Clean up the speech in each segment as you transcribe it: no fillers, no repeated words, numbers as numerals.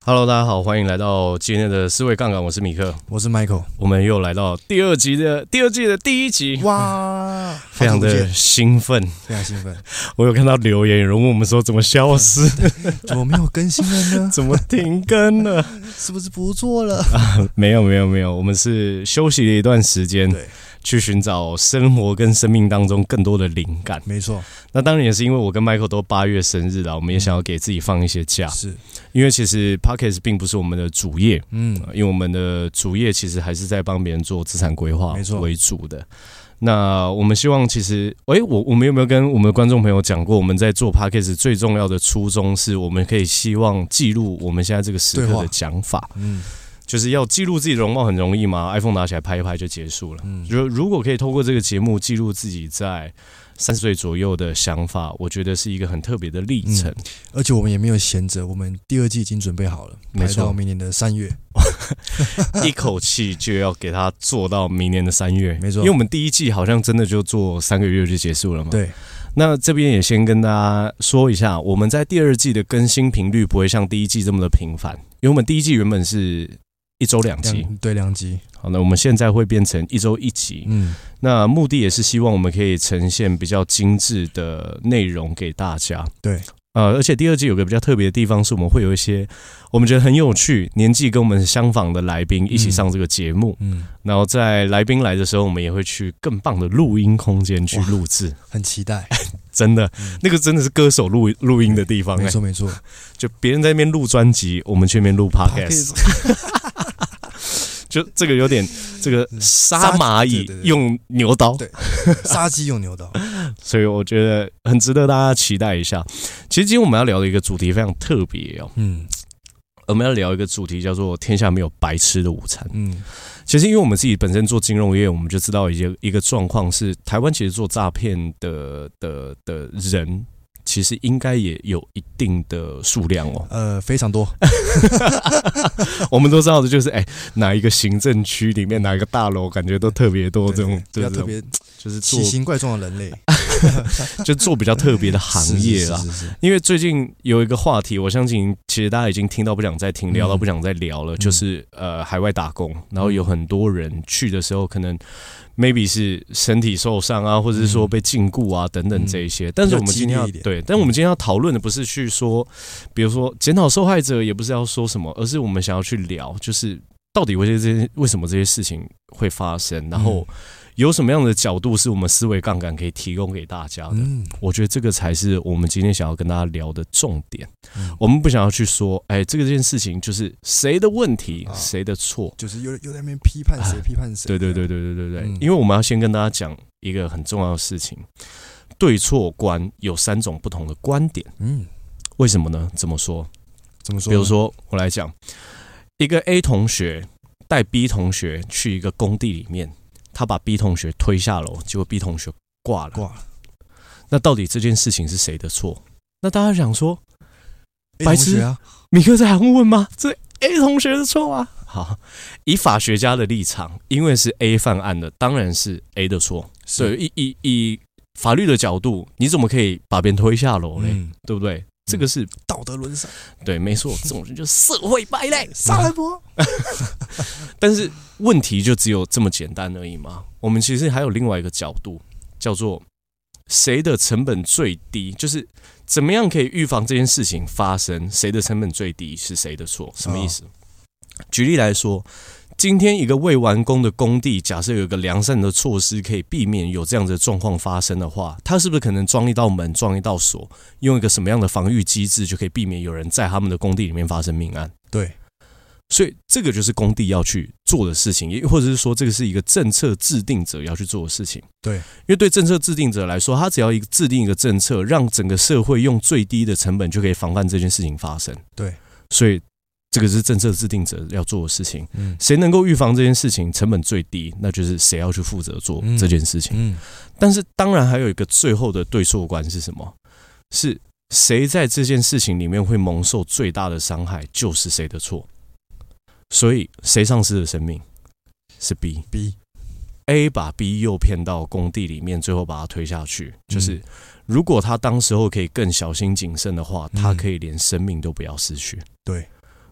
Hello， 大家好，欢迎来到今天的思维杠杆，我是米克， 我是 Michael， 我们又来到第二季的第一集， 哇， 非常的兴奋， 非常兴奋。 我有看到留言，有人问我们说怎么消失， 怎么没有更新了呢？ 怎么停更了？ 是不是不做了？ 没有，我们是休息了一段时间， 对， 去寻找生活跟生命当中更多的灵感。 没错， 那当然也是因为我跟 Michael 都8月生日了，我们也想要给自己放一些假， 是因为其实 Podcast 并不是我们的主业，因为我们的主业其实还是在帮别人做资产规划为主的。那我们希望其实，我们有没有跟我们的观众朋友讲过，我们在做 Podcast 最重要的初衷是我们可以希望记录我们现在这个时刻的讲法，就是要记录自己的容貌很容易吗 ？iPhone 拿起来拍一拍就结束了。如果可以透过这个节目记录自己在30岁左右的想法，我觉得是一个很特别的历程。 而且我们也没有闲着，我们第二季已经准备好了， 没错， 排到明年的3月， 一口气就要给它做到明年的3月。 没错， 因为我们第一季好像真的就做3个月就结束了嘛。 对。 那这边也先跟大家说一下，我们在第二季的更新频率不会像第一季这么的频繁，因为我们第一季原本是1周2集， 对，2集。 好，那我们现在会变成1周1集。那目的也是希望我们可以呈现比较精致的内容给大家。 对， 而且第二季有个比较特别的地方是，我们会有一些我们觉得很有趣、年纪跟我们相仿的来宾一起上这个节目。然后在来宾来的时候，我们也会去更棒的录音空间去录制， 很期待。 真的，那个真的是歌手录音的地方。 没错没错， 就别人在那边录专辑，我们去那边录 podcast。就这个有点这个杀蚂蚁用牛刀， 对，杀鸡用牛刀， 所以我觉得很值得大家期待一下。其实今天我们要聊的一个主题非常特别哦，我们要聊一个主题叫做"天下没有白吃的午餐"。其实因为我们自己本身做金融业，我们就知道一个状况是，台湾其实做诈骗的人。其实应该也有一定的数量哦， 非常多。 我们都知道的就是，哪一个行政区里面哪一个大楼，感觉都特别多这种， 比较特别， 就是奇形怪状的人类， 就做比较特别的行业啦。因为最近有一个话题，我相信其实大家已经听到不想再听，聊到不想再聊了，就是海外打工，然后有很多人去的时候可能。maybe 是身体受伤啊，或者是说被禁锢啊等等这一些，但是我们今天但我们今天要讨论的不是去说，比如说检讨受害者，也不是要说什么，而是我们想要去聊，就是到底为什么这些事情会发生，然后有什么样的角度是我们思维杠杆可以提供给大家的。我觉得这个才是我们今天想要跟大家聊的重点。我们不想要去说，这件事情就是谁的问题，谁的错， 就是又在那边批判谁，批判谁。 对，因为我们要先跟大家讲一个很重要的事情，对错观有3种不同的观点。为什么呢？怎么说？比如说，我来讲，一个 A 同学带 B 同学去一个工地里面。他把 B 同学推下楼，结果 B 同学挂了。那到底这件事情是谁的错？那大家想说，白痴啊，米克在还问吗？这 A 同学的错啊。好，以法学家的立场，因为是 A 犯案的，当然是 A 的错。对，以法律的角度，你怎么可以把别人推下楼嘞？对不对？这个是道德沦丧， 对，没错，这种人就是社会败类、 杀人魔。 但是问题就只有这么简单而已吗？我们其实还有另外一个角度，叫做谁的成本最低，就是怎么样可以预防这件事情发生，谁的成本最低是谁的错？什么意思？举例来说。今天一个未完工的工地，假设有一个良善的措施可以避免有这样的状况发生的话，他是不是可能装一道门、装一道锁，用一个什么样的防御机制，就可以避免有人在他们的工地里面发生命案？ 对， 所以这个就是工地要去做的事情，也或者是说，这个是一个政策制定者要去做的事情。 对， 因为对政策制定者来说，他只要制定一个政策，让整个社会用最低的成本就可以防范这件事情发生。 对， 所以。这个是政策制定者要做的事情，谁能够预防这件事情成本最低，那就是谁要去负责做这件事情。但是当然还有一个最后的对错观是什么？是谁在这件事情里面会蒙受最大的伤害，就是谁的错。所以谁丧失了生命？是 B。A 把 B 诱骗到工地里面，最后把他推下去。就是如果他当时候可以更小心谨慎的话，他可以连生命都不要失去。 对。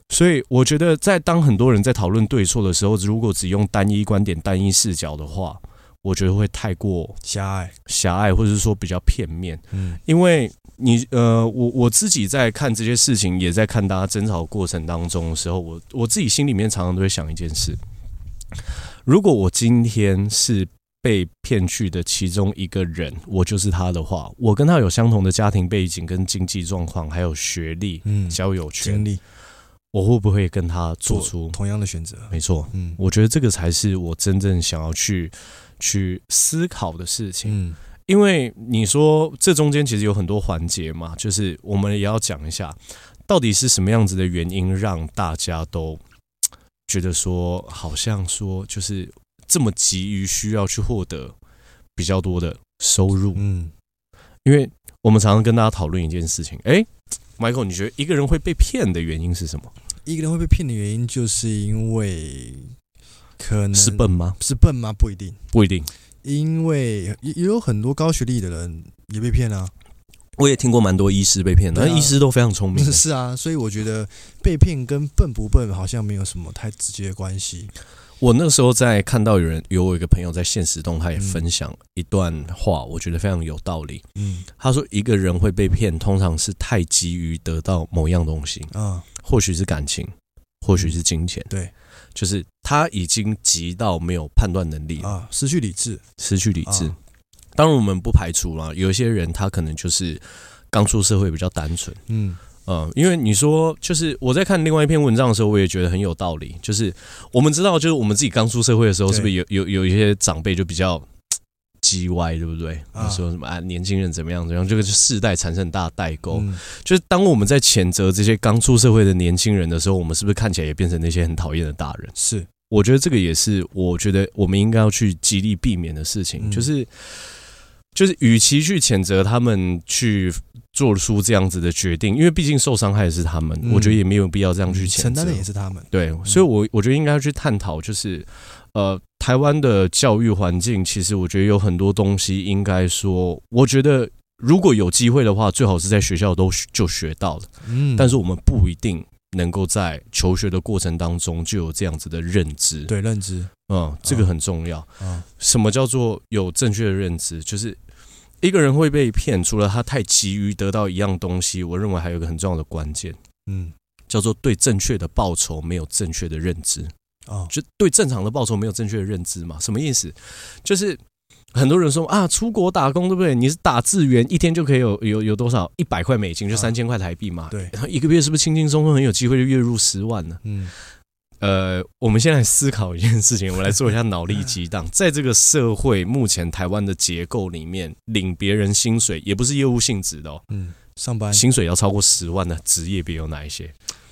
所以我觉得，在当很多人在讨论对错的时候，如果只用单一观点、单一视角的话，我觉得会太过狭隘，或者是说比较片面。因为我自己在看这些事情，也在看大家争吵过程当中的时候，我自己心里面常常都会想一件事：如果我今天是被骗去的其中一个人，我就是他的话，我跟他有相同的家庭背景、跟经济状况，还有学历、交友圈、经历，我会不会跟他做出同样的选择？ 没错，我觉得这个才是我真正想要去思考的事情。因为你说这中间其实有很多环节嘛，就是我们也要讲一下，到底是什么样子的原因让大家都觉得说，好像说就是这么急于需要去获得比较多的收入。因为我们常常跟大家讨论一件事情，Michael， 你觉得一个人会被骗的原因是什么？ 一个人会被骗的原因，就是因为可能是笨吗？ 是笨吗？不一定， 不一定。 因为也有很多高学历的人也被骗啊。 我也听过蛮多医师被骗的，但医师都非常聪明。 是啊，所以我觉得被骗跟笨不笨好像没有什么太直接的关系。 我那时候在看到有我一个朋友在现实动态也分享一段话，我觉得非常有道理。他说一个人会被骗，通常是太急于得到某样东西，或许是感情，或许是金钱， 对， 就是他已经急到没有判断能力了， 失去理智。 当然我们不排除啦，有一些人他可能就是刚出社会比较单纯，因为你说，就是我在看另外一篇文章的时候，我也觉得很有道理。就是我们知道，就是我们自己刚出社会的时候，是不是有一些长辈就比较叽歪，对不对？说什么年轻人怎么样，这个世代产生很大的代沟。就是当我们在谴责这些刚出社会的年轻人的时候，我们是不是看起来也变成那些很讨厌的大人？ 是， 我觉得这个也是，我觉得我们应该要去极力避免的事情，就是与其去谴责他们去做出这样子的决定，因为毕竟受伤害的是他们，我觉得也没有必要这样去谴责， 承担的也是他们。 对，所以我觉得应该要去探讨，就是台湾的教育环境，其实我觉得有很多东西应该说，我觉得如果有机会的话，最好是在学校都就学到了，但是我们不一定能够在求学的过程当中就有这样子的认知。 对，认知， 这个很重要。什么叫做有正确的认知？就是一个人会被骗，除了他太急于得到一样东西，我认为还有一个很重要的关键，叫做对正确的报酬没有正确的认知。就对正常的报酬没有正确的认知嘛？什么意思？就是很多人说出国打工，对不对？你是打字员，一天就可以有多少100块美金，就3000块台币嘛。 对， 然后一个月是不是轻轻松松很有机会就月入10万呢？我们现在思考一件事情，我们来做一下脑力激荡。在这个社会目前台湾的结构里面，领别人薪水也不是业务性质的上班薪水要超过10万的职业别有哪一些？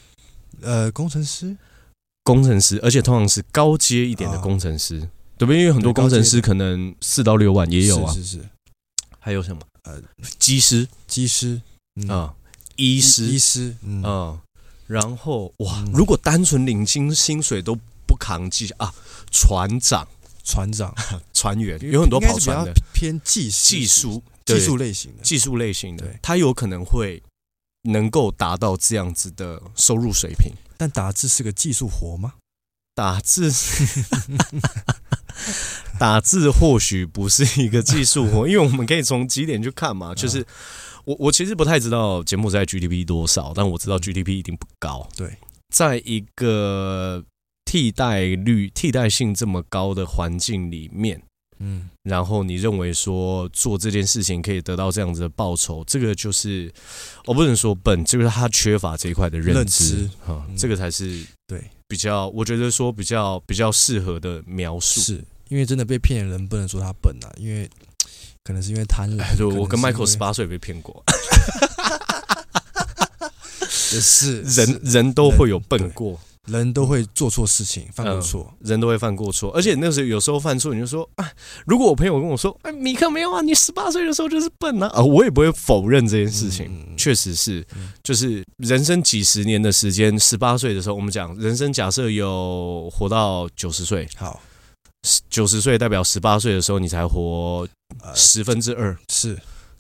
工程师，而且通常是高阶一点的工程师，对不对？因为很多工程师可能4到6万也有啊。 是。 还有什么？机师，医师，然后如果单纯领薪水都不扛船长、船员，有很多跑船的， 偏技术类型的， 他有可能会能够达到这样子的收入水平。 但打字是个技术活吗？ 打字或许不是一个技术活，因为我们可以从几点去看嘛，就是我其实不太知道柬埔寨 GDP 多少，但我知道 GDP 一定不高。 对， 在一个替代性这么高的环境里面，然后你认为说做这件事情可以得到这样子的报酬，这个就是我不能说笨，就是他缺乏这一块的认知，这个才是对比较，我觉得说比较适合的描述。 是因为真的被骗的人不能说他笨因为可能是因为贪婪。 对，我跟 Michael 18岁被骗过， 是人都会有笨过。 人都会做错事情，犯过错， 人都会犯过错，而且那时候有时候犯错，你就说如果我朋友跟我说，米克没有你18岁的时候就是笨我也不会否认这件事情，确实是，就是人生几十年的时间，18岁的时候，我们讲人生假设有活到90岁， 好 ，90岁代表18岁的时候你才活2/10， 是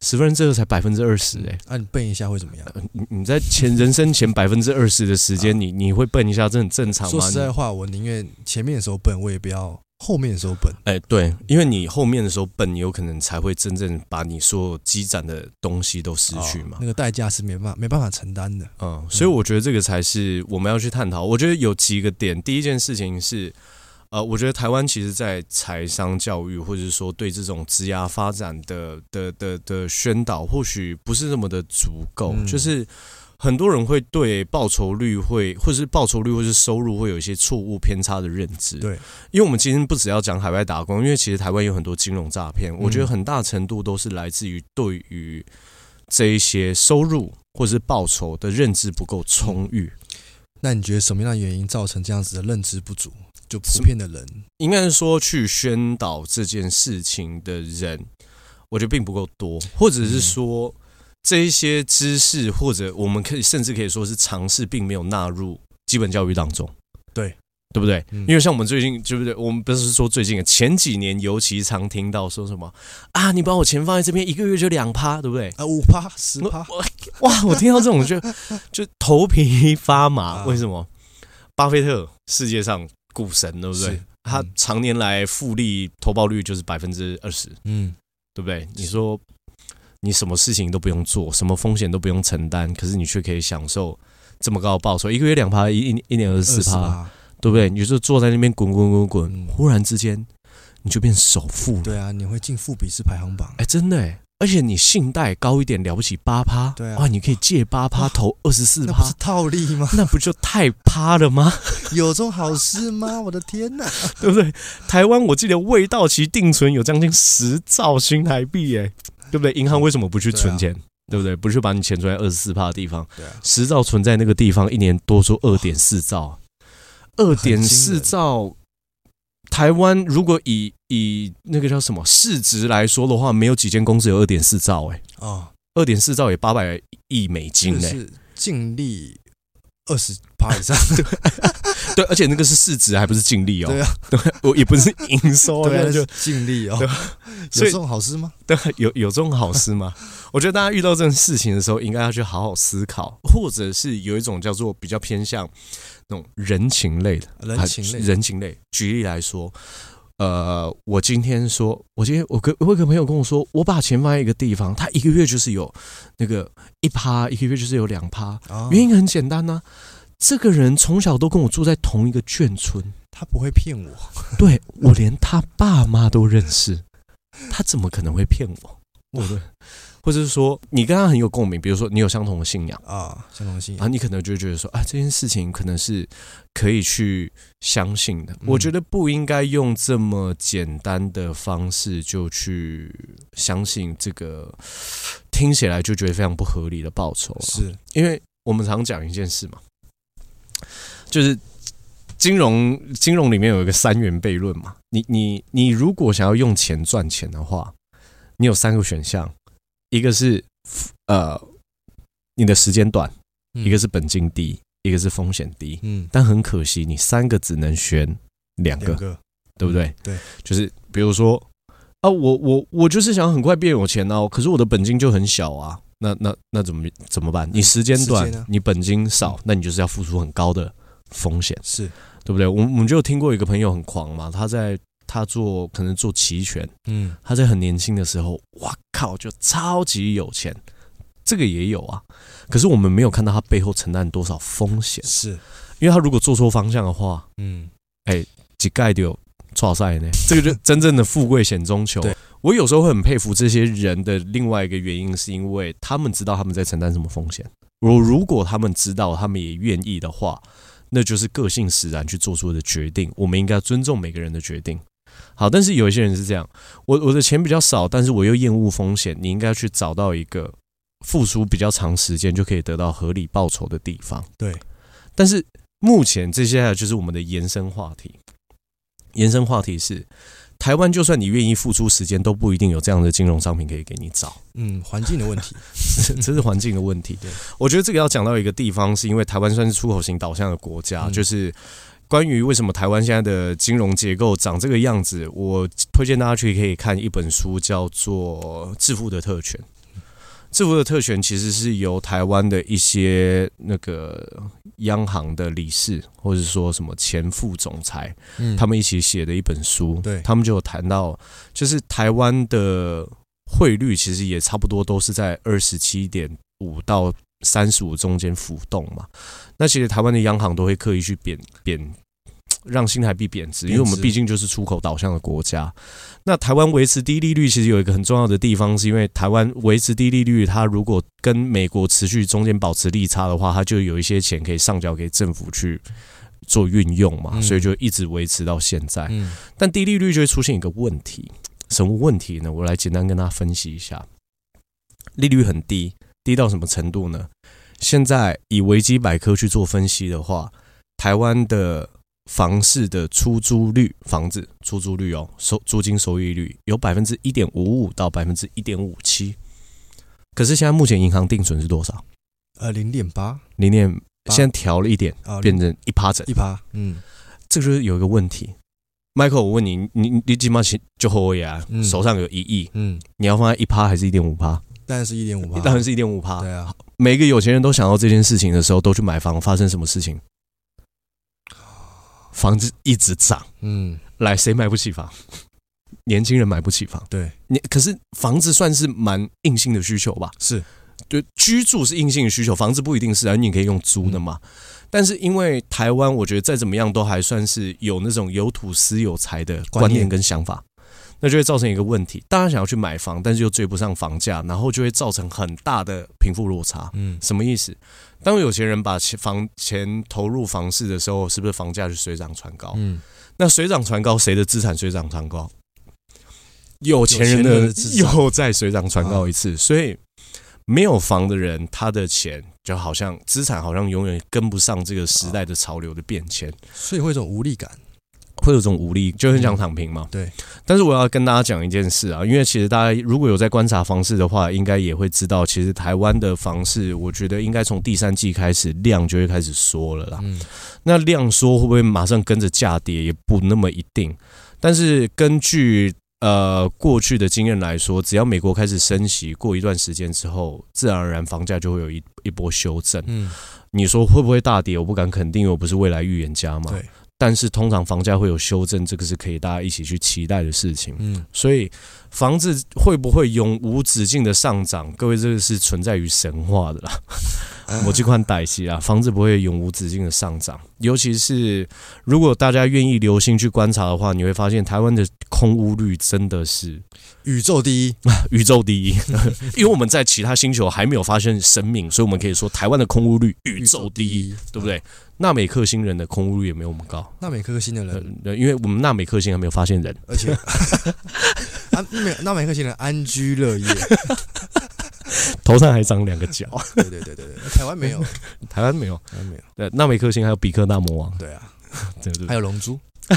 2%才20%哎。 你笨一下会怎么样？ 你在人生前20%的时间，你会笨一下，这很正常吗？ 说实在话，我宁愿前面的时候笨，我也不要后面的时候笨。 对，因为你后面的时候笨，你有可能才会真正把你所有积攒的东西都失去嘛。 那个代价是没办法承担的。 所以我觉得这个才是我们要去探讨。我觉得有几个点，第一件事情是，我觉得台湾其实在财商教育，或者是说对这种职涯发展的宣导，或许不是那么的足够，就是很多人会对报酬率或是收入会有一些错误偏差的认知。 对， 因为我们今天不只要讲海外打工，因为其实台湾有很多金融诈骗，我觉得很大程度都是来自于对于这一些收入或是报酬的认知不够充裕。 那你觉得什么样的原因造成这样子的认知不足？就普遍的人， 应该是说去宣导这件事情的人，我觉得并不够多，或者是说这一些知识，或者我们甚至可以说是常识，并没有纳入基本教育当中。对不对？因为像我们最近，对不对？我们不是说最近，前几年尤其常听到说什么啊，你把我钱放在这边，1个月就2%，对不对 ？5%、10%， 哇！我听到这种就头皮发麻。为什么？巴菲特世界上股神，对不对？他常年来复利投报率就是20%，对不对？你说你什么事情都不用做，什么风险都不用承担，可是你却可以享受这么高的报酬，1个月2%，一年24%。对不对？你就坐在那边滚，忽然之间你就变首富了。 对啊，你会进富比士排行榜。 真的哎！而且你信贷高一点了不起8%， 对啊， 哇，你可以借8%投24%， 那不是套利吗？ 那不就太趴了吗？ 有这种好事吗？我的天哪， 对不对？台湾我记得未到期定存有将近10兆新台币，哎，对不对？银行为什么不去存钱？对不对？不去把你钱存在24%的地方，10兆存在那个地方，一年多出2.4兆。2.4兆，台湾如果以那个叫什么市值来说的话，没有几间公司有2.4兆2.4兆也800亿美金是净利20%以上。 对，而且那个是市值，还不是净利哦。 对啊， 我也不是营收， 对啊，就净利哦。有这种好事吗？ 对，有这种好事吗？我觉得大家遇到这种事情的时候，应该要去好好思考，或者是有一种叫做比较偏向那种人情类的。人情类。举例来说，我今天我有个朋友跟我说，我把钱放在一个地方，他1个月就是有那个1%，1个月就是有2%。原因很简单啊，这个人从小都跟我住在同一个眷村， 他不会骗我。 对，我连他爸妈都认识，他怎么可能会骗我？对，或者是说你跟他很有共鸣，比如说你有相同的信仰相同的信仰， 你可能就会觉得说这件事情可能是可以去相信的。我觉得不应该用这么简单的方式就去相信这个听起来就觉得非常不合理的报酬。 是因为我们常讲一件事嘛，就是金融里面有一个3元悖论嘛。你如果想要用钱赚钱的话，你有3个选项，一个是你的时间短，一个是本金低，一个是风险低。但很可惜，你3个只能选2个，对不对？ 对， 就是比如说我就是想很快变有钱可是我的本金就很小啊。那怎么办？你时间短，你本金少，那你就是要付出很高的风险， 是对不对？我们就听过一个朋友很狂嘛，他可能做期权，他在很年轻的时候，哇靠，就超级有钱，这个也有啊。可是我们没有看到他背后承担多少风险， 是因为他如果做错方向的话，几盖就错赛呢，这个就真正的富贵险中求。我有时候会很佩服这些人的另外一个原因，是因为他们知道他们在承担什么风险。如果他们知道，他们也愿意的话，那就是个性使然去做出的决定。我们应该尊重每个人的决定。好，但是有一些人是这样，我的钱比较少，但是我又厌恶风险，你应该去找到一个付出比较长时间就可以得到合理报酬的地方。 对， 但是目前这些就是我们的延伸话题。延伸话题是，台湾就算你愿意付出时间，都不一定有这样的金融商品可以给你找。 环境的问题， 这是环境的问题。对，我觉得这个要讲到一个地方，是因为台湾算是出口型导向的国家，就是关于为什么台湾现在的金融结构长这个样子，我推荐大家可以看一本书，叫做《致富的特权》。 制服的特权其实是由台湾的一些那个央行的理事，或者说什么前副总裁，他们一起写的一本书， 对， 他们就有谈到，就是台湾的汇率其实也差不多都是在27.5到35中间浮动嘛。那其实台湾的央行都会刻意去让新台币贬值，因为我们毕竟就是出口导向的国家。那台湾维持低利率，其实有一个很重要的地方，是因为台湾维持低利率，它如果跟美国持续中间保持利差的话，它就有一些钱可以上缴给政府去做运用嘛，所以就一直维持到现在。但低利率就会出现一个问题，什么问题呢？我来简单跟大家分析一下。利率很低，低到什么程度呢？现在以维基百科去做分析的话，台湾的房市的出租率，房子出租率租金收益率有 1.55% 到 1.57%。可是现在目前银行定存是多少 ？0.8%， 现在调了一点，变成1%整。 1%， 这个就是有一个问题。Michael， 我问你，你基本上就后呀，手上有1亿，你要放在1%还是1.5%？ 当然是1.5%， 当然是1.5%。 对啊， 每个有钱人都想到这件事情的时候，都去买房，发生什么事情？房子一直涨，来，谁买不起房？年轻人买不起房， 对， 可是房子算是蛮硬性的需求吧？ 是， 对，居住是硬性的需求，房子不一定是啊，你可以用租的嘛。但是因为台湾，我觉得再怎么样都还算是有那种有土私有财的观念跟想法，那就会造成一个问题：大家想要去买房，但是又追不上房价，然后就会造成很大的贫富落差。什么意思？当有钱人把钱投入房市的时候，是不是房价就水涨船高？那水涨船高，谁的资产水涨船高？有钱人的又再水涨船高一次，所以没有房的人，他的钱就好像资产好像永远跟不上这个时代的潮流的变迁， 所以会有一种无力感。 会有种无力，就很想躺平嘛。 对。 但是我要跟大家讲一件事啊，因为其实大家如果有在观察房市的话，应该也会知道，其实台湾的房市，我觉得应该从第3季开始量就会开始缩了啦。那量缩会不会马上跟着价跌，也不那么一定。但是根据过去的经验来说，只要美国开始升息，过一段时间之后，自然而然房价就会有一波修正。你说会不会大跌？我不敢肯定，我不是未来预言家嘛。 对。 但是通常房价会有修正，这个是可以大家一起去期待的事情。所以房子会不会永无止境的上涨？各位，这个是存在于神话的啦。我这款代系啊，房子不会永无止境的上涨。尤其是如果大家愿意留心去观察的话，你会发现台湾的空屋率真的是宇宙第一， 宇宙第一。因为我们在其他星球还没有发现生命，所以我们可以说台湾的空屋率宇宙第一，对不对？纳美克星人的空屋率也没有我们高。 纳美克星的人， 因为我们纳美克星还没有发现人， 而且纳美克星人安居乐业， 头上还长2个角。 对，台湾没有， 台湾没有。对，纳美克星还有比克大魔王。 对啊， 对， 还有龙珠。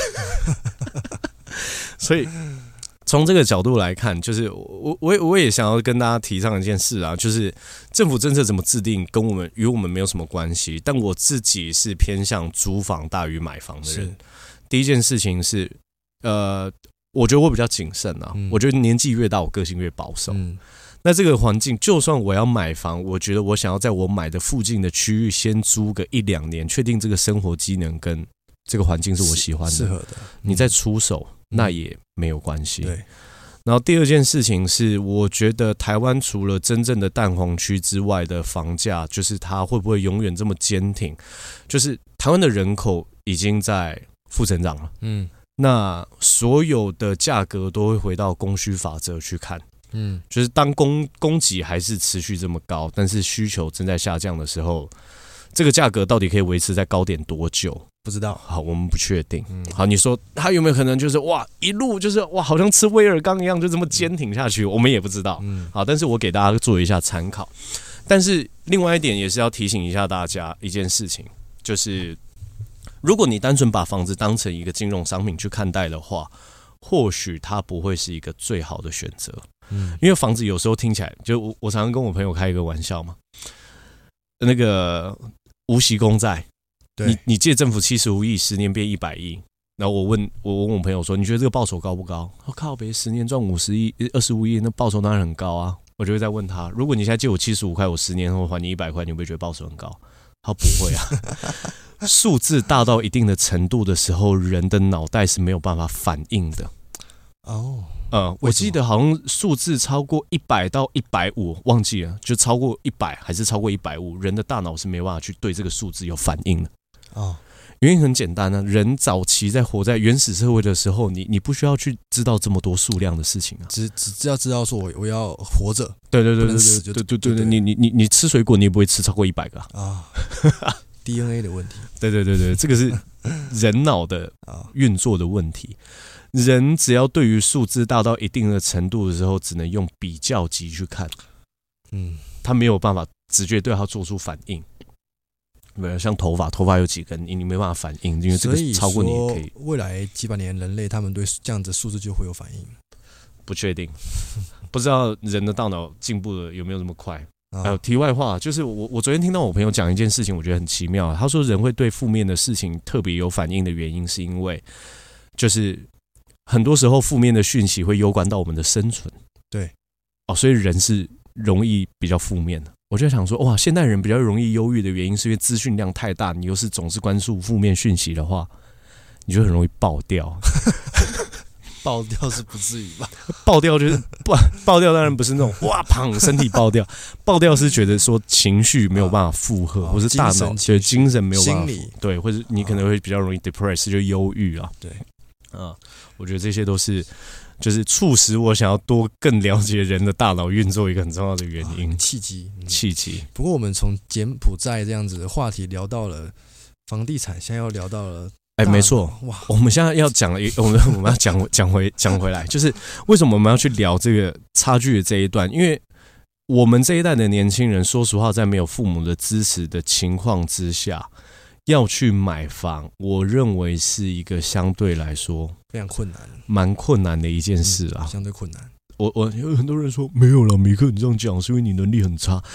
所以从这个角度来看，就是我也想要跟大家提倡一件事啊，就是政府政策怎么制定，与我们没有什么关系。但我自己是偏向租房大于买房的人。第一件事情是，我觉得我比较谨慎啊。我觉得年纪越大，我个性越保守。那这个环境，就算我要买房，我觉得我想要在我买的附近的区域先租个1-2年，确定这个生活机能跟这个环境是我喜欢的， 适合的， 你再出手那也没有关系。 对。 然后第二件事情是，我觉得台湾除了真正的蛋黄区之外的房价，就是它会不会永远这么坚挺？就是台湾的人口已经在负成长了，那所有的价格都会回到供需法则去看。就是当供给还是持续这么高，但是需求正在下降的时候，这个价格到底可以维持在高点多久？ 不知道， 好，我们不确定。好，你说它有没有可能就是一路就是好像吃威尔刚一样，就这么坚挺下去？我们也不知道。好，但是我给大家做一下参考。但是另外一点也是要提醒一下大家一件事情，就是如果你单纯把房子当成一个金融商品去看待的话，或许它不会是一个最好的选择。因为房子有时候听起来，就我常常跟我朋友开一个玩笑嘛，那个无息公债，你借政府75亿，10年变100亿，然后我问我朋友说，你觉得这个报酬高不高？我靠，别10年赚50亿、25亿，那报酬当然很高啊。 我就会再问他，如果你现在借我75块，我10年后还你100块，你会不会觉得报酬很高？他不会啊。数字大到一定的程度的时候，人的脑袋是没有办法反应的。我记得好像数字超过100到150，忘记了，就超过100还是超过150，人的大脑是没办法去对这个数字有反应的。原因很简单啊，人早期在活在原始社会的时候，你不需要去知道这么多数量的事情啊， 只要知道说我要活着， 对，你吃水果你也不会吃超过100个啊。 DNA 的问题， 对，这个是人脑的运作的问题。人只要对于数字大到一定的程度的时候，只能用比较级去看，他没有办法直觉对他做出反应。像头发有几根，你没办法反应，因为这个超过你也可以。 未来几百年人类他们对这样的数字就会有反应？ 不确定，不知道人的大脑进步的有没有这么快。题外话，就是我昨天听到我朋友讲一件事情，我觉得很奇妙。他说人会对负面的事情特别有反应的原因，是因为就是很多时候负面的讯息会攸关到我们的生存。 对， 所以人是容易比较负面的。我就想说，哇，现代人比较容易忧郁的原因，是因为资讯量太大，你又是总是关注负面讯息的话，你就很容易爆掉。 爆掉是不至于吧？ 爆掉就是爆掉，当然不是那种哇砰身体爆掉，爆掉是觉得说情绪没有办法负荷，或是大脑觉得精神没有办法，对，或者你可能会比较容易 depress， 就忧郁啊。 对， 我觉得这些都是就是促使我想要更了解人的大脑运作一个很重要的原因， 契机。不过我们从柬埔寨这样子的话题聊到了房地产，现在又聊到了。 没错，我们现在要讲我们要讲回来，就是为什么我们要去聊这个差距的这一段？因为我们这一代的年轻人，说实话，在没有父母的支持的情况之下，要去买房，我认为是一个相对来说非常困难、 蛮困难的一件事啊， 相对困难。 我有很多人说没有啦，米克你这样讲是因为你能力很差。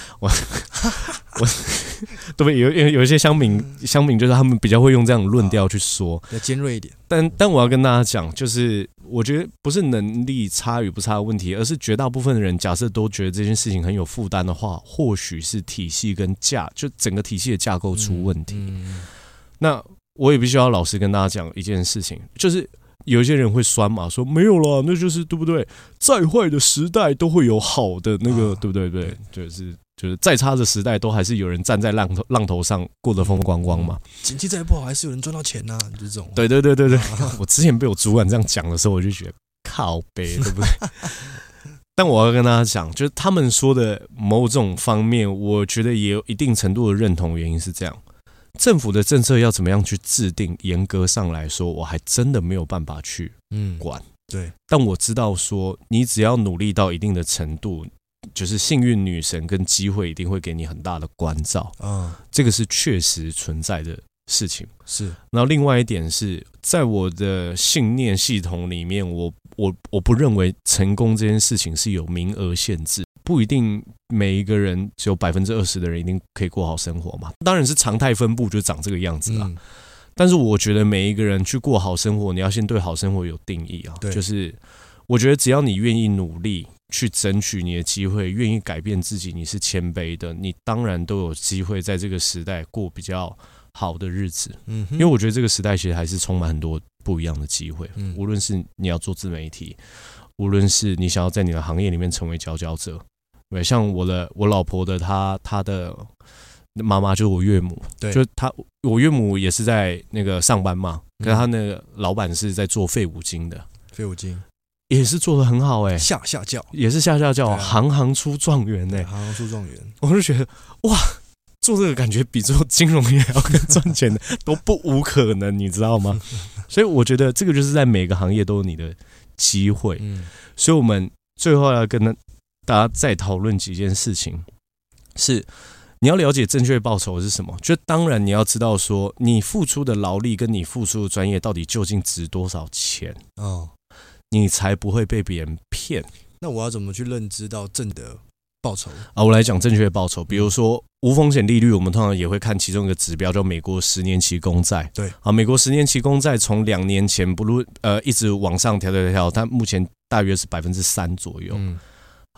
对不对？有一些乡民就是他们比较会用这样的论调去说， 比较尖锐一点。 但我要跟大家讲，就是我觉得不是能力差与不差的问题，而是绝大部分的人假设都觉得这件事情很有负担的话，或许是体系跟就整个体系的架构出问题。那我也必须要老实跟大家讲一件事情，就是有一些人会酸嘛，说没有啦，那就是对不对？再坏的时代都会有好的那个，对不对？对，就是再差的时代，都还是有人站在浪头上过得风光光嘛。 经济再不好，还是有人赚到钱呐，就是这种。 对。我之前被我主管这样讲的时候，我就觉得靠北，对不对？但我要跟大家讲，就是他们说的某种方面，我觉得也有一定程度的认同。原因是这样，政府的政策要怎么样去制定，严格上来说，我还真的没有办法去管。 对， 但我知道说，你只要努力到一定的程度，就是幸运女神跟机会一定会给你很大的关照。这个是确实存在的事情。 是。 然后另外一点是在我的信念系统里面，我不认为成功这件事情是有名额限制，不一定每一个人只有20%的人一定可以过好生活嘛。当然是常态分布就长这个样子啦。但是我觉得每一个人去过好生活，你要先对好生活有定义啊。就是我觉得只要你愿意努力去争取你的机会，愿意改变自己，你是谦卑的，你当然都有机会在这个时代过比较好的日子。因为我觉得这个时代其实还是充满很多不一样的机会。无论是你要做自媒体，无论是你想要在你的行业里面成为佼佼者，像我老婆的她的妈妈就是我岳母， 对， 就我岳母也是在那个上班嘛，可是她那个老板是在做废五金的， 废五金也是做得很好下教也是下教，行行出状元行行出状元， 我就觉得哇，做这个感觉比做金融业还要更赚钱的都不无可能，你知道吗？所以我觉得这个就是在每个行业都有你的机会。所以我们最后要跟大家再讨论几件事情，是你要了解正确报酬是什么。就当然你要知道说，你付出的劳力跟你付出的专业到底究竟值多少钱你才不会被别人骗。 那我要怎么去认知到正的报酬我来讲正确的报酬。比如说无风险利率，我们通常也会看其中一个指标，叫美国10年期公债。 对， 美国10年期公债从2年前一直往上调，它目前大约是3%左右。好，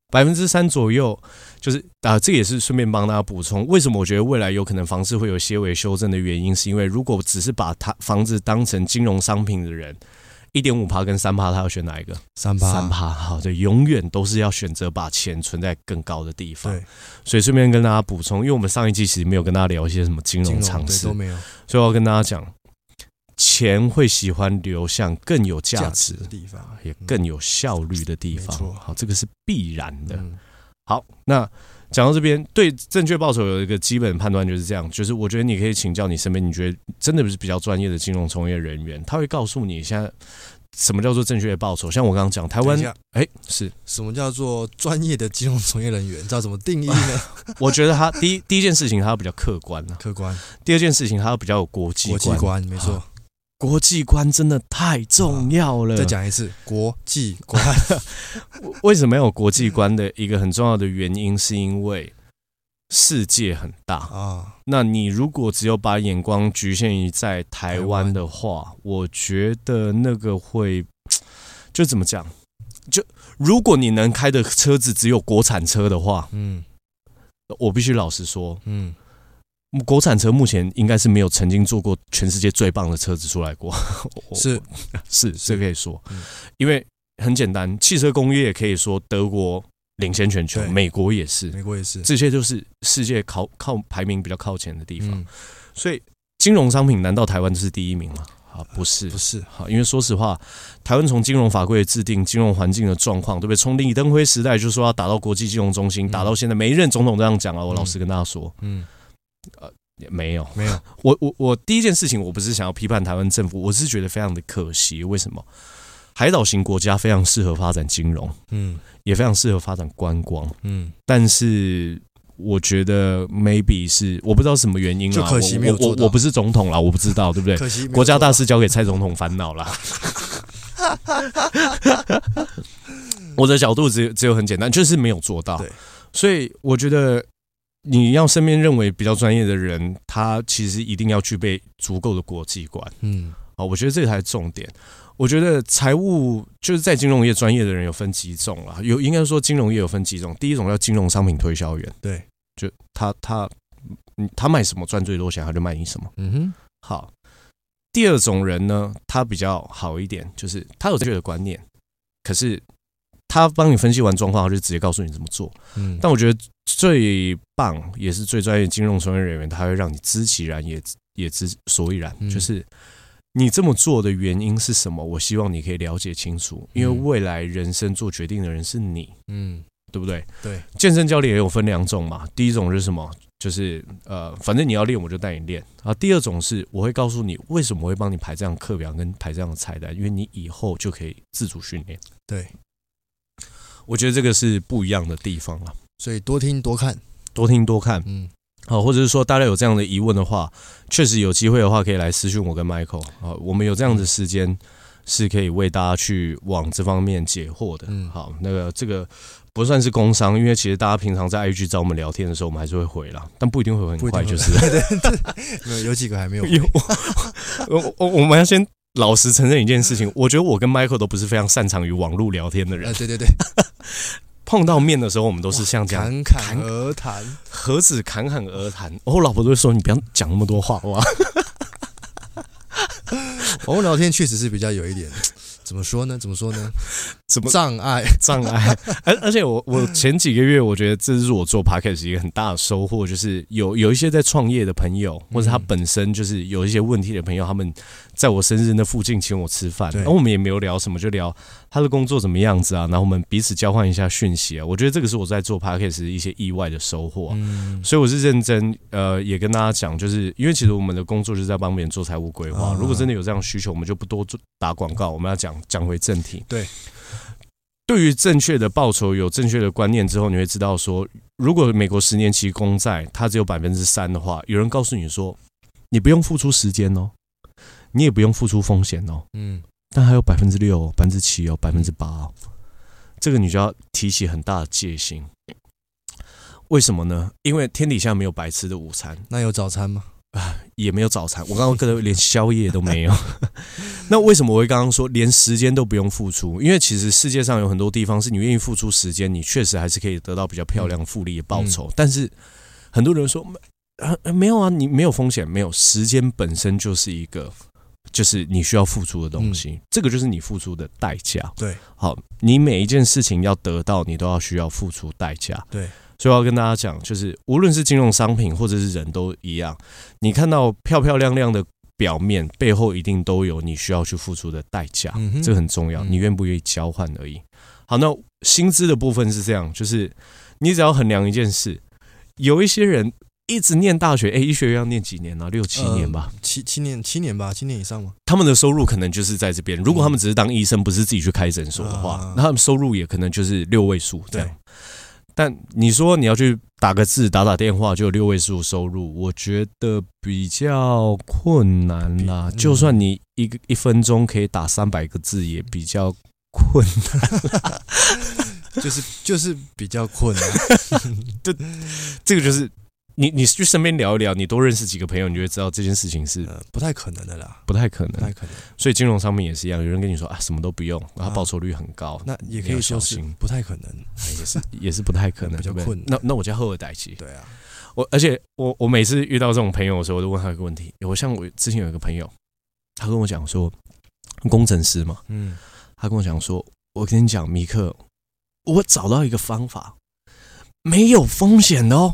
3%左右，就是这也是顺便帮大家补充，为什么我觉得未来有可能房市会有些微修正的原因，是因为如果只是把房子当成金融商品的人，1.5%跟3%，他要选哪一个？3%，好的，永远都是要选择把钱存在更高的地方。 对， 所以顺便跟大家补充，因为我们上一季其实没有跟大家聊一些什么金融常识， 都没有， 所以我要跟大家讲，钱会喜欢流向更有价值的地方， 也更有效率的地方。好，这个是必然的。好，那讲到这边，对正确报酬有一个基本判断就是这样，就是我觉得你可以请教你身边你觉得真的是比较专业的金融从业人员，他会告诉你现在什么叫做正确的报酬。像我刚刚讲，台湾是什么叫做专业的金融从业人员？知道怎么定义呢？ 我觉得他第一件事情他要比较客观，第二件事情他要比较有国际观， 没错。 国际观真的太重要了。 再讲一次，国际观。 为什么要有国际观的一个很重要的原因，是因为世界很大啊。那你如果只有把眼光局限于在台湾的话，我觉得那个会就怎么讲？就如果你能开的车子只有国产车的话，我必须老实说，国产车目前应该是没有曾经做过全世界最棒的车子出来过。是这可以说，因为很简单，汽车工业可以说德国领先全球，美国也是，这些就是世界靠排名比较靠前的地方。所以金融商品难道台湾就是第一名吗？不是，因为说实话，台湾从金融法规的制定、金融环境的状况，对不对？从李登辉时代就说要打到国际金融中心，打到现在，每一任总统这样讲啊。我老实跟大家说，没有。我第一件事情，我不是想要批判台湾政府，我是觉得非常的可惜。为什么？海岛型国家非常适合发展金融，也非常适合发展观光，但是我觉得 maybe 是我不知道什么原因啦， 就可惜没有做到。 我不是总统啦，我不知道，对不对？ 可惜国家大事交给蔡总统烦恼啦。我的角度只有很简单，就是没有做到。所以我觉得你要身边认为比较专业的人，他其实一定要具备足够的国际观。我觉得这个才是重点。我觉得财务就是在金融业专业的人有分几种啦，应该说金融业有分几种。第一种叫金融商品推销员， 对， 就他卖什么赚最多钱，他就卖你什么。好。第二种人呢，他比较好一点，就是他有正确的观念，可是他帮你分析完状况，他就直接告诉你怎么做。但我觉得最棒也是最专业的金融从业人员，他会让你知其然也知所以然，就是你这么做的原因是什么？我希望你可以了解清楚，因为未来人生做决定的人是你，对不对？ 对， 健身教练也有分两种嘛，第一种是什么？就是反正你要练，我就带你练啊。第二种是我会告诉你为什么我会帮你排这样的课表跟排这样的菜单，因为你以后就可以自主训练。 对， 我觉得这个是不一样的地方了。 所以多听多看， 好，或者是说大家有这样的疑问的话，确实有机会的话可以来私讯我跟 Michael 啊，我们有这样的时间是可以为大家去往这方面解惑的。好，这个不算是工商，因为其实大家平常在 IG 找我们聊天的时候，我们还是会回啦，但不一定会很快，就是有几个还没有。 我们要先老实承认一件事情，我觉得我跟 Michael 都不是非常擅长于网络聊天的人。 对， 碰到面的时候，我们都是像这样侃侃而谈， 何止侃侃而谈？我老婆都会说你不要讲那么多话，哇！ 网络聊天确实是比较有一点。怎么说呢？什么障碍？ 而且我前几个月，我觉得这是我做 podcast 一个很大的收获，就是有一些在创业的朋友，或者他本身就是有一些问题的朋友，他们在我生日那附近请我吃饭，然后我们也没有聊什么，就聊他的工作怎么样子啊，然后我们彼此交换一下讯息啊。我觉得这个是我在做 podcast 一些意外的收获所以我是认真也跟大家讲，就是因为其实我们的工作就是在帮别人做财务规划，如果真的有这样的需求，我们就不多打广告，我们要讲回正题。对于正确的报酬有正确的观念之后，你会知道说，如果美国10年期公债它只有3%的话，有人告诉你说，你不用付出时间哦，你也不用付出风险哦，但还有6%、7%、8%，这个你就要提起很大的戒心。为什么呢？因为天底下没有白吃的午餐。 那有早餐吗？ 也没有早餐，我刚刚连宵夜都没有。那为什么我会刚刚说连时间都不用付出？因为其实世界上有很多地方是你愿意付出时间，你确实还是可以得到比较漂亮复利的报酬。但是很多人说没有啊，你没有风险，没有，时间本身就是一个就是你需要付出的东西，这个就是你付出的代价。 对， 好，你每一件事情要得到，你都需要付出代价。 对。 所以我要跟大家讲，就是无论是金融商品或者是人都一样，你看到漂漂亮亮的表面，背后一定都有你需要去付出的代价，这很重要，你愿不愿意交换而已。好，那薪资的部分是这样，就是你只要衡量一件事，有一些人一直念大学，医学院要念几年啊？6-7年吧 ，7年吧，7年以上吗？ 他们的收入可能就是在这边。如果他们只是当医生，不是自己去开诊所的话，那他们收入也可能就是6位数这样。但你说你要去打个字、打电话就有6位数收入，我觉得比较困难啦。就算你一分钟可以打300个字，也比较困难。 就是比较困难。 这个就是你去身边聊一聊，你多认识几个朋友，你就会知道这件事情是不太可能的啦， 不太可能。所以金融商品也是一样，有人跟你说什么都不用，然后报酬率很高， 那也可以说是不太可能， 也是不太可能， 比较困难。 那我叫后尔代奇。 对啊， 而且我每次遇到这种朋友的时候，我都问他一个问题。我之前有一个朋友，他跟我讲说，工程师嘛，他跟我讲说，我跟你讲，米克，我找到一个方法，没有风险的哦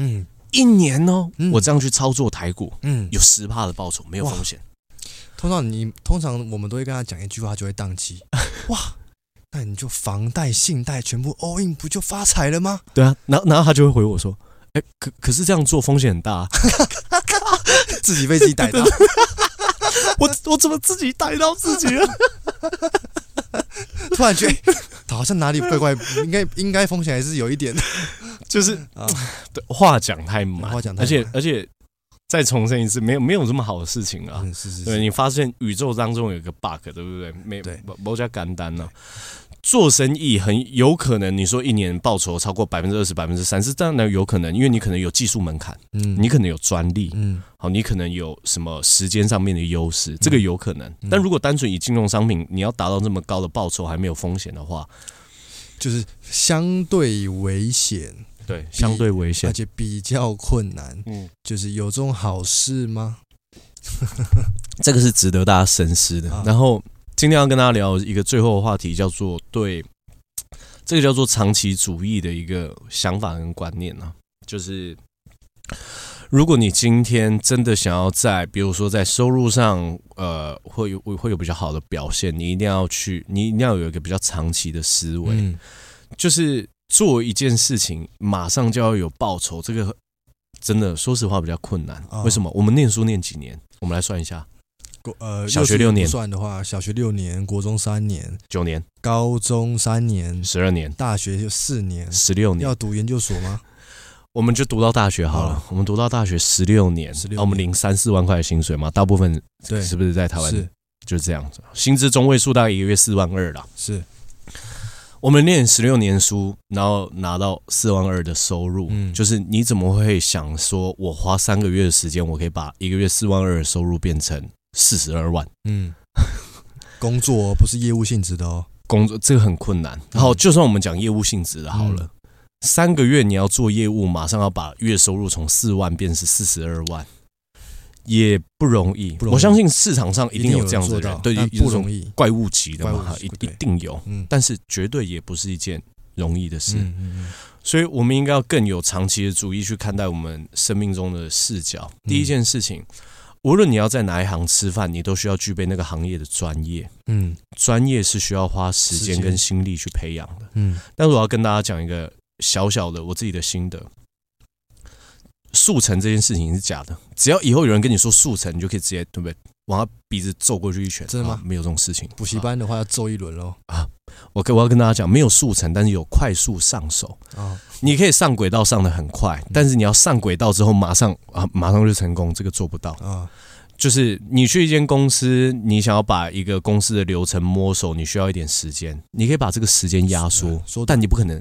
，1年哦，我这样去操作台股，有10%的报酬，没有风险。 通常我们都会跟他讲一句话，他就会宕机。哇，那你就房贷、信贷全部 all in， 不就发财了吗？ 对啊，然后他就会回我说，可是这样做风险很大， 自己被自己逮到。 我怎么自己逮到自己了？ 突然觉得好像哪里怪怪，应该风险还是有一点。 就是话讲太满，而且再重申一次，没有这么好的事情啊！ 是对，你发现宇宙当中有一个 bug， 对不对？没加简单呢。做生意很有可能，你说1年报酬超过20%、30%，当然有可能，因为你可能有技术门槛，你可能有专利，好，你可能有什么时间上面的优势，这个有可能。但如果单纯以金融商品，你要达到这么高的报酬还没有风险的话， 就是相对危险。 对，相对危险， 而且比较困难。就是有这种好事吗？ 这个是值得大家深思的。然后今天要跟大家聊一个最后的话题，叫做这个叫做长期主义的一个想法跟观念啊。就是如果你今天真的想要比如说在收入上，会有比较好的表现，你一定要有一个比较长期的思维，就是做一件事情马上就要有报酬，这个真的说实话比较困难。为什么？我们念书念几年？我们来算一下。小学6年算的话，小学6年，国中3年 ，9年， 高中3年 ，12年， 大学就4年 ，16年。 要读研究所吗？ 我们就读到大学好了。我们读到大学16年，我们领3-4万块的薪水嘛，大部分是不是在台湾？是，就是这样子。薪资中位数大概1个月42000啦。是。我们念16年书，然后拿到42000的收入，就是你怎么会想说，我花3个月的时间，我可以把1个月42000的收入变成42万？ 工作不是业务性质的哦， 工作这个很困难。然后就算我们讲业务性质的好了，3个月你要做业务，马上要把月收入从4万变成42万。也不容易，我相信市场上一定有这样子的人，对， 不容易， 怪物级的嘛，一定有，但是绝对也不是一件容易的事，所以我们应该要更有长期的主义去看待我们生命中的视角。第一件事情，无论你要在哪一行吃饭，你都需要具备那个行业的专业，专业是需要花时间跟心力去培养的，但是我要跟大家讲一个小小的我自己的心得。速成这件事情是假的，只要以后有人跟你说速成，你就可以直接对不对？往他鼻子揍过去一拳。 真的吗？ 没有这种事情。 补习班的话要揍一轮咯。 我要跟大家讲，没有速成，但是有快速上手。你可以上轨道上得很快，但是你要上轨道之后马上就成功，这个做不到。就是你去一间公司，你想要把一个公司的流程摸熟，你需要一点时间。你可以把这个时间压缩，但你不可能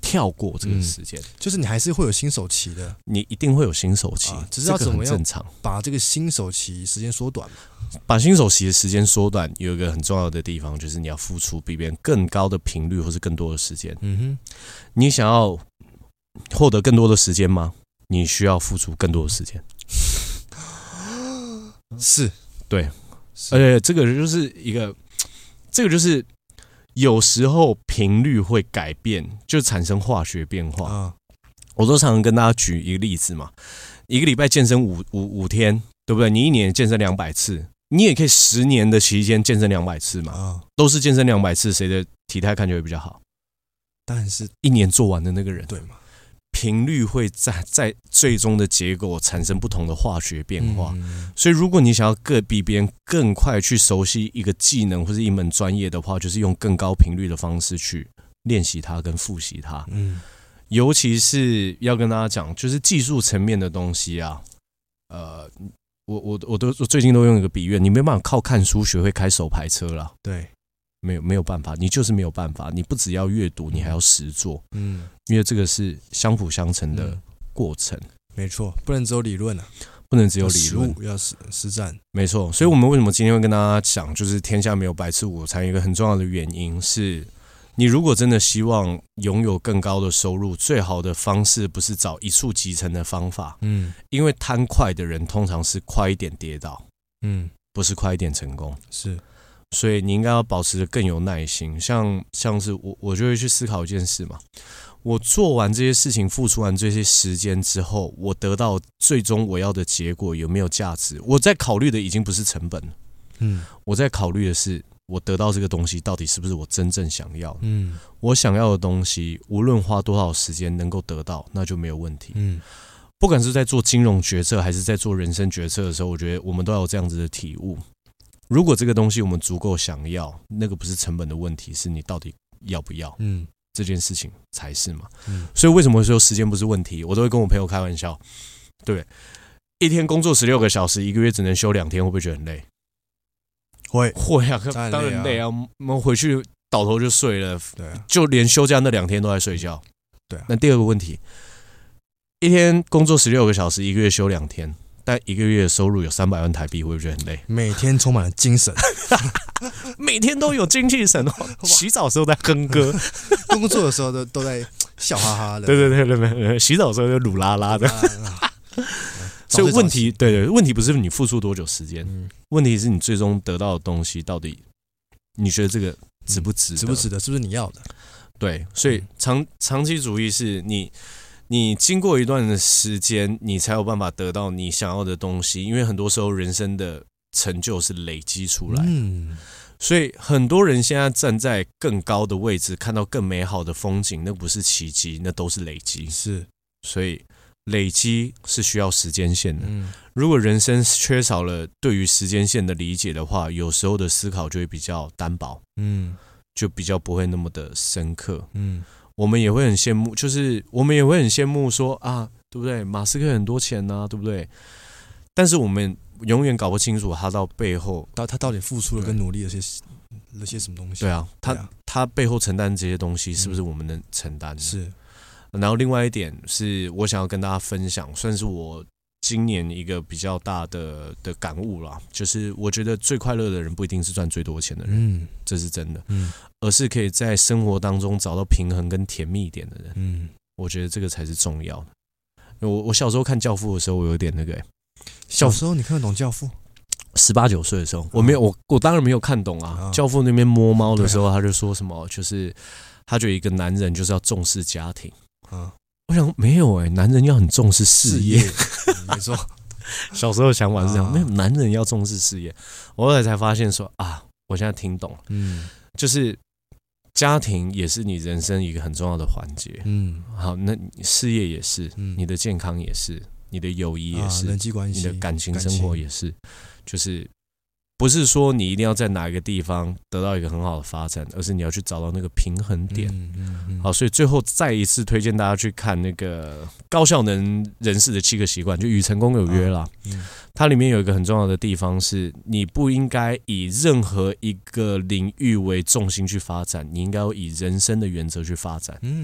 跳过这个时间， 就是你还是会有新手期的， 你一定会有新手期， 只是要怎么样正常把这个新手期时间缩短嘛。 把新手期的时间缩短，有一个很重要的地方，就是你要付出比别人更高的频率，或是更多的时间。你想要获得更多的时间吗？你需要付出更多的时间。 是， 对，而且这个就是有时候频率会改变，就产生化学变化。我都常常跟大家举一个例子嘛，一个礼拜健身五天，对不对？你一年健身200次，你也可以10年的期间健身200次嘛，都是健身200次，谁的体态看起来会比较好？ 当然是一年做完的那个人， 对嘛？ 频率会在最终的结果产生不同的化学变化，所以如果你想要比别人更快去熟悉一个技能或是一门专业的话，就是用更高频率的方式去练习它跟复习它。尤其是要跟大家讲，就是技术层面的东西啊，我最近都用一个比喻，你没办法靠看书学会开手排车啦。 对。 没有办法，你就是没有办法。你不只要阅读，你还要实做。因为这个是相辅相成的过程。 没错，不能只有理论啊， 不能只有理论， 要实战。 没错，所以我们为什么今天会跟大家讲，就是天下没有白吃午餐，一个很重要的原因是，你如果真的希望拥有更高的收入，最好的方式不是找一触即成的方法。因为贪快的人通常是快一点跌倒，不是快一点成功。 是。 所以你应该要保持更有耐心，像是我就会去思考一件事嘛，我做完这些事情，付出完这些时间之后，我得到最终我要的结果有没有价值？我在考虑的已经不是成本了，我在考虑的是我得到这个东西到底是不是我真正想要的。我想要的东西，无论花多少时间能够得到，那就没有问题。不管是在做金融决策还是在做人生决策的时候，我觉得我们都要有这样子的体悟。如果这个东西我们足够想要，那个不是成本的问题，是你到底要不要，这件事情才是嘛。所以为什么说时间不是问题？我都会跟我朋友开玩笑，对，一天工作16个小时，一个月只能休2天，会不会觉得很累？会啊，当然累啊。我们回去倒头就睡了，对啊，就连休假那2天都在睡觉。对啊。那第二个问题，一天工作16个小时，一个月休2天。但一个月的收入有300万台币，会不会觉得很累？ 每天充满了精神， 每天都有精气神哦。洗澡的时候在哼歌， 工作的时候都在笑哈哈的。 对，洗澡的时候就鲁拉拉的。所以问题，问题不是你付出多久时间，问题是你最终得到的东西到底，你觉得这个值不值得？值不值得？是不是你要的？ 对，所以长期主义是你经过一段的时间，你才有办法得到你想要的东西，因为很多时候人生的成就是累积出来的。所以很多人现在站在更高的位置，看到更美好的风景，那不是奇迹，那都是累积。 是， 所以累积是需要时间线的。如果人生缺少了对于时间线的理解的话，有时候的思考就会比较单薄，就比较不会那么的深刻。我们也会很羡慕，就是我们也会很羡慕说啊，对不对？马斯克很多钱啊，对不对？但是我们永远搞不清楚他到背后， 他到底付出了跟努力了些什么东西？ 对啊，他背后承担这些东西，是不是我们能承担的？ 是。 然后另外一点是我想要跟大家分享，算是我今年一个比较大的感悟啦，就是我觉得最快乐的人不一定是赚最多钱的人，这是真的，而是可以在生活当中找到平衡跟甜蜜一点的人，我觉得这个才是重要的。我小时候看《教父》的时候，我有点那个， 小时候你看得懂《教父》 ？18、19岁的时候，我当然没有看懂啊。教父那边摸猫的时候，他就说什么，就是他觉得一个男人就是要重视家庭。我想没有男人要很重视事业， 没错。 小时候的想法是这样，没有男人要重视事业。我后来才发现说啊，我现在听懂了，就是家庭也是你人生一个很重要的环节。好，那事业也是，你的健康也是，你的友谊也是， 人际关系， 你的感情生活也是，就是不是说你一定要在哪一个地方得到一个很好的发展，而是你要去找到那个平衡点。好，所以最后再一次推荐大家去看那个高效能人士的7个习惯，就与成功有约啦。它里面有一个很重要的地方是，你不应该以任何一个领域为重心去发展，你应该要以人生的原则去发展。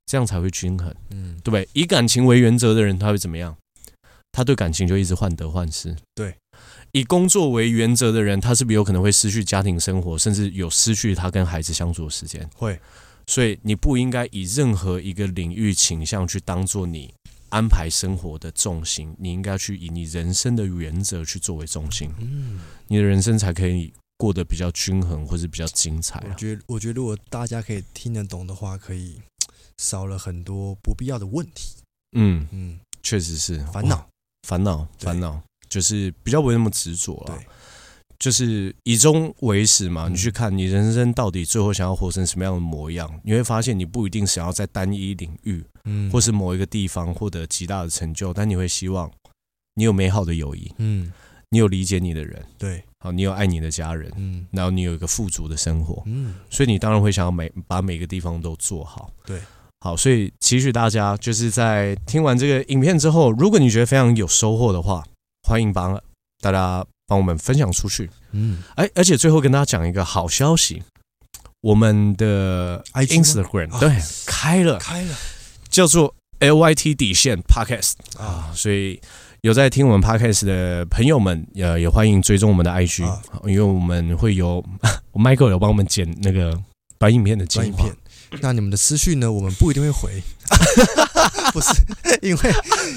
这样才会均衡，对不对？以感情为原则的人，他会怎么样？他对感情就一直患得患失。 对， 以工作为原则的人，他是不是有可能会失去家庭生活，甚至有失去他跟孩子相处的时间？ 会。 所以你不应该以任何一个领域倾向去当做你安排生活的重心，你应该去以你人生的原则去作为重心，你的人生才可以过得比较均衡，或是比较精彩。 我觉得如果大家可以听得懂的话，可以少了很多不必要的问题。 确实是烦恼，就是比较不会那么执着了。对，就是以终为始嘛。你去看你人生到底最后想要活成什么样的模样，你会发现你不一定想要在单一领域，或是某一个地方获得极大的成就，但你会希望你有美好的友谊，你有理解你的人， 对， 好，你有爱你的家人，然后你有一个富足的生活，所以你当然会想要把每个地方都做好。 对。 好，所以期许大家就是在听完这个影片之后，如果你觉得非常有收获的话，欢迎大家帮我们分享出去。而且最后跟大家讲一个好消息，我们的 Instagram 对开了，叫做 LYT_ Podcast 啊，所以有在听我们 Podcast 的朋友们，也欢迎追踪我们的 IG，因为我们会有Michael 有帮我们剪那个短影片的精华。 那你们的私讯呢？我们不一定会回，不是因为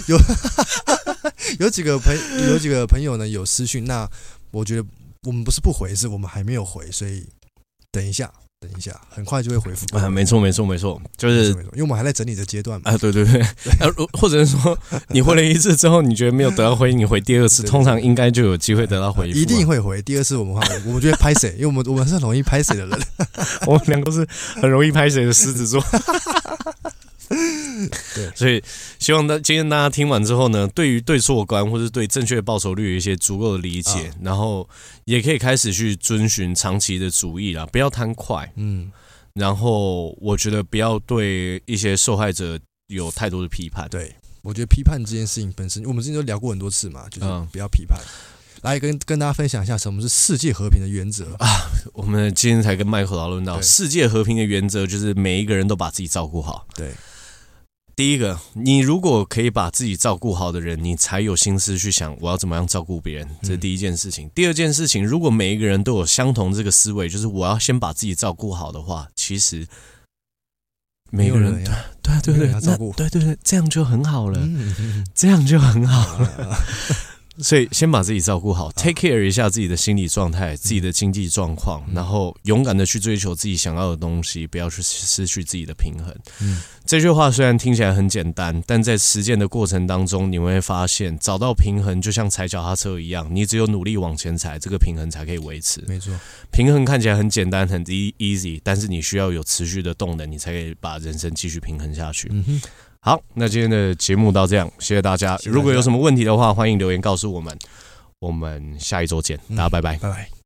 有几个朋友呢有私讯，那我觉得我们不是不回，是我们还没有回，所以等一下，很快就会回复。 没错，就是因为我们还在整理的阶段嘛。 对，或者是说你回了一次之后，你觉得没有得到回应，你回第二次，通常应该就有机会得到回复。 一定会回。第二次我们觉得拍谁，因为我们是很容易拍谁的人， 我们两个是很容易拍谁的狮子座。对，所以希望今天大家听完之后呢，对于对错观或是对正确的报酬率有一些足够的理解，然后也可以开始去遵循长期的主义啦，不要贪快。然后我觉得不要对一些受害者有太多的批判。 对，我觉得批判这件事情本身，我们之前都聊过很多次嘛，就是不要批判。来跟大家分享一下什么是世界和平的原则啊！ 我们今天才跟麦克讨论到，世界和平的原则就是每一个人都把自己照顾好。 对， 第一个，你如果可以把自己照顾好的人，你才有心思去想我要怎么样照顾别人，这是第一件事情。第二件事情，如果每一个人都有相同这个思维，就是我要先把自己照顾好的话，其实每个人对，这样就很好了，这样就很好了。所以先把自己照顾好 ，take care 一下自己的心理状态、自己的经济状况，然后勇敢的去追求自己想要的东西，不要去失去自己的平衡。这句话虽然听起来很简单，但在实践的过程当中，你会发现找到平衡就像踩脚踏车一样，你只有努力往前踩，这个平衡才可以维持。 没错， 平衡看起来很简单、很 easy， 但是你需要有持续的动能，你才可以把人生继续平衡下去。好，那今天的节目到这样，谢谢大家。如果有什么问题的话，欢迎留言告诉我们。我们下一周见，大家拜拜， 拜拜。